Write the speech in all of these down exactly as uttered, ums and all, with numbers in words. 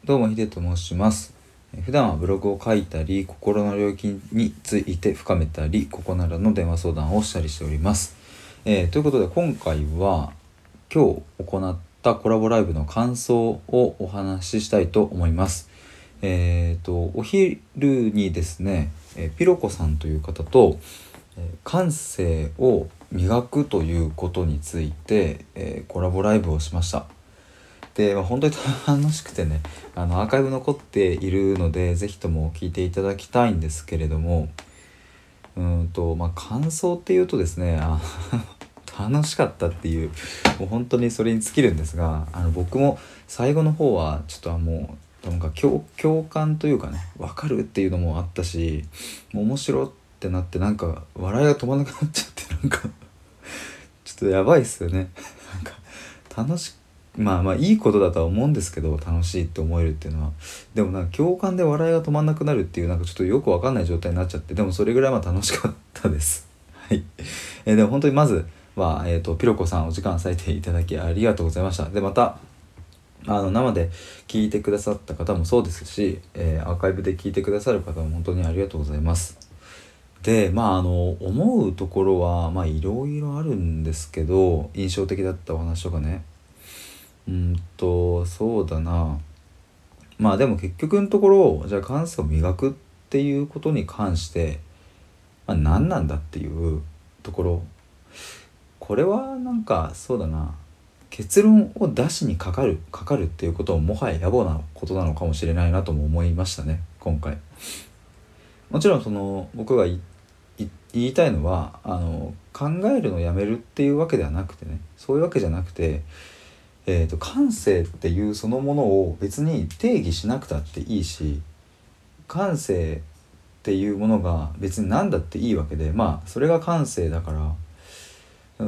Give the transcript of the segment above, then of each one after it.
どうもヒデと申します。普段はブログを書いたり、心の領域について深めたり、ここならの電話相談をしたりしております。えー、ということで今回は今日行ったコラボライブの感想をお話ししたいと思います。えーとお昼にですね、えー、ピロコさんという方と、えー、感性を磨くということについて、えー、コラボライブをしました。で、まあ、本当に楽しくてね、あのアーカイブ残っているのでぜひとも聞いていただきたいんですけれども、うーんとまあ感想っていうとですね、あ楽しかったっていう、もう本当にそれに尽きるんですが、あの僕も最後の方はちょっとはもうなんか 共, 共感というかね、分かるっていうのもあったし、もう面白ってなって、なんか笑いが止まらなくなっちゃって、なんかちょっとやばいっすよね。なんか楽しまあまあいいことだとは思うんですけど、楽しいって思えるっていうのは。でもなんか共感で笑いが止まんなくなるっていう、なんかちょっとよくわかんない状態になっちゃって、でもそれぐらいまあ楽しかったです。はい。えーでも本当にまずは、えーと、ピロコさんお時間割いていただきありがとうございました。で、また、あの生で聞いてくださった方もそうですし、えーアーカイブで聞いてくださる方も本当にありがとうございます。で、まああの思うところはまあいろいろあるんですけど、印象的だったお話とかね、うーんとそうだな、まあでも結局のところ、じゃあ感性を磨くっていうことに関して、まあ、何なんだっていうところ、これはなんかそうだな、結論を出しにかかるかかるっていうことももはや野暮なことなのかもしれないなとも思いましたね、今回。もちろんその僕がいい言いたいのは、あの考えるのをやめるっていうわけではなくてね、そういうわけじゃなくて、えーと、感性っていうそのものを別に定義しなくたっていいし、感性っていうものが別に何だっていいわけで、まあそれが感性だから、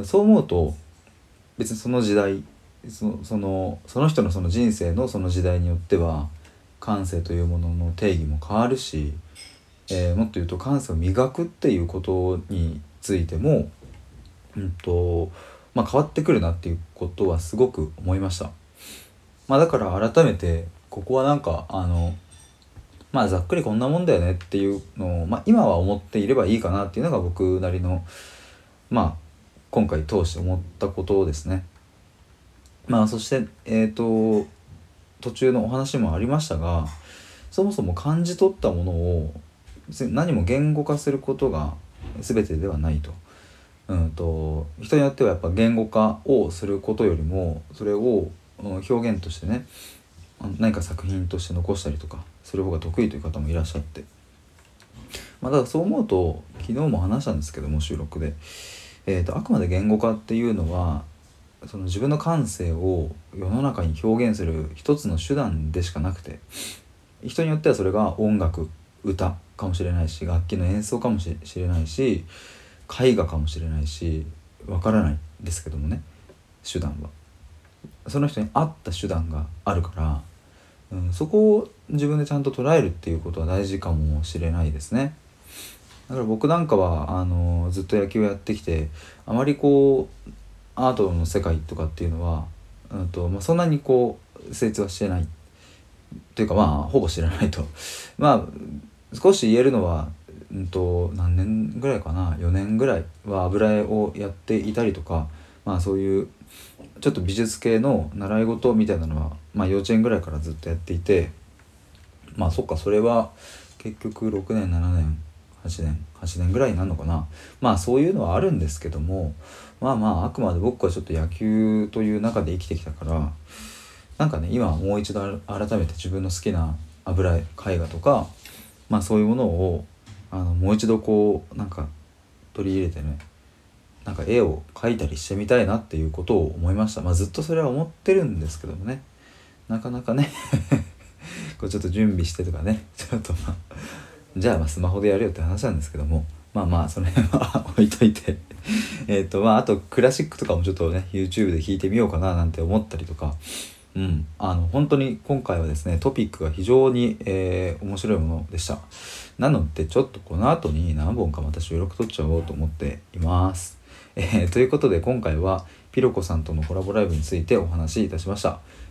そう思うと別にその時代、そそのその人のその人生のその時代によっては感性というものの定義も変わるし、えーもっと言うと感性を磨くっていうことについても、うんとまあ、変わってくるなっていうことはすごく思いました。まあ、だから改めてここはなんかあのまあざっくりこんなもんだよねっていうのを、まあ、今は思っていればいいかなっていうのが僕なりの、まあ今回通して思ったことですね。まあそしてえっと途中のお話もありましたが、そもそも感じ取ったものを別に何も言語化することが全てではないと。うんと人によってはやっぱ言語化をすることよりもそれをうん表現としてね、何か作品として残したりとかする方が得意という方もいらっしゃって、まあ、だからそう思うと昨日も話したんですけども、収録で、えーとあくまで言語化っていうのはその自分の感性を世の中に表現する一つの手段でしかなくて、人によってはそれが音楽、歌かもしれないし、楽器の演奏かもしれないし、絵画かもしれないし、わからないんですけどもね、手段はその人に合った手段があるから、うん、そこを自分でちゃんと捉えるっていうことは大事かもしれないですね。だから僕なんかはあのずっと野球をやってきて、あまりこうアートの世界とかっていうのは、うんとまあ、そんなにこう精通はしてないというか、まあほぼ知らないとまあ少し言えるのは、うんと何年ぐらいかな、よねんぐらいは油絵をやっていたりとか、まあそういうちょっと美術系の習い事みたいなのは、まあ、幼稚園ぐらいからずっとやっていて、まあそっか、それは結局ろくねんななねんはちねんはちねんぐらいになるのかな。まあそういうのはあるんですけども、まあまああくまで僕はちょっと野球という中で生きてきたから、なんかね今はもう一度改めて自分の好きな油絵絵画とか、まあそういうものをあのもう一度こうなんか取り入れてね、なんか絵を描いたりしてみたいなっていうことを思いました。まあずっとそれは思ってるんですけどもね、なかなかねこうちょっと準備してとかね、ちょっとまあじゃあまあスマホでやるよって話なんですけども、まあまあその辺は置いといてえっとまああとクラシックとかもちょっとね YouTube で弾いてみようかななんて思ったりとか、うん、あの本当に今回はですねトピックが非常に、えー、面白いものでした。なのでちょっとこの後に何本かまた収録撮っちゃおうと思っています。えー、ということで今回はピロコさんとのコラボライブについてお話しいたしました。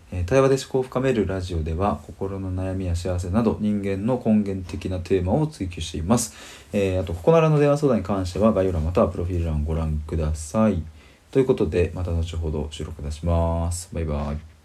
えー対話で思考を深めるラジオでは心の悩みや幸せなど人間の根源的なテーマを追求しています。えーあとここならの電話相談に関しては概要欄またはプロフィール欄をご覧ください。ということでまた後ほど収録出します。バイバイ。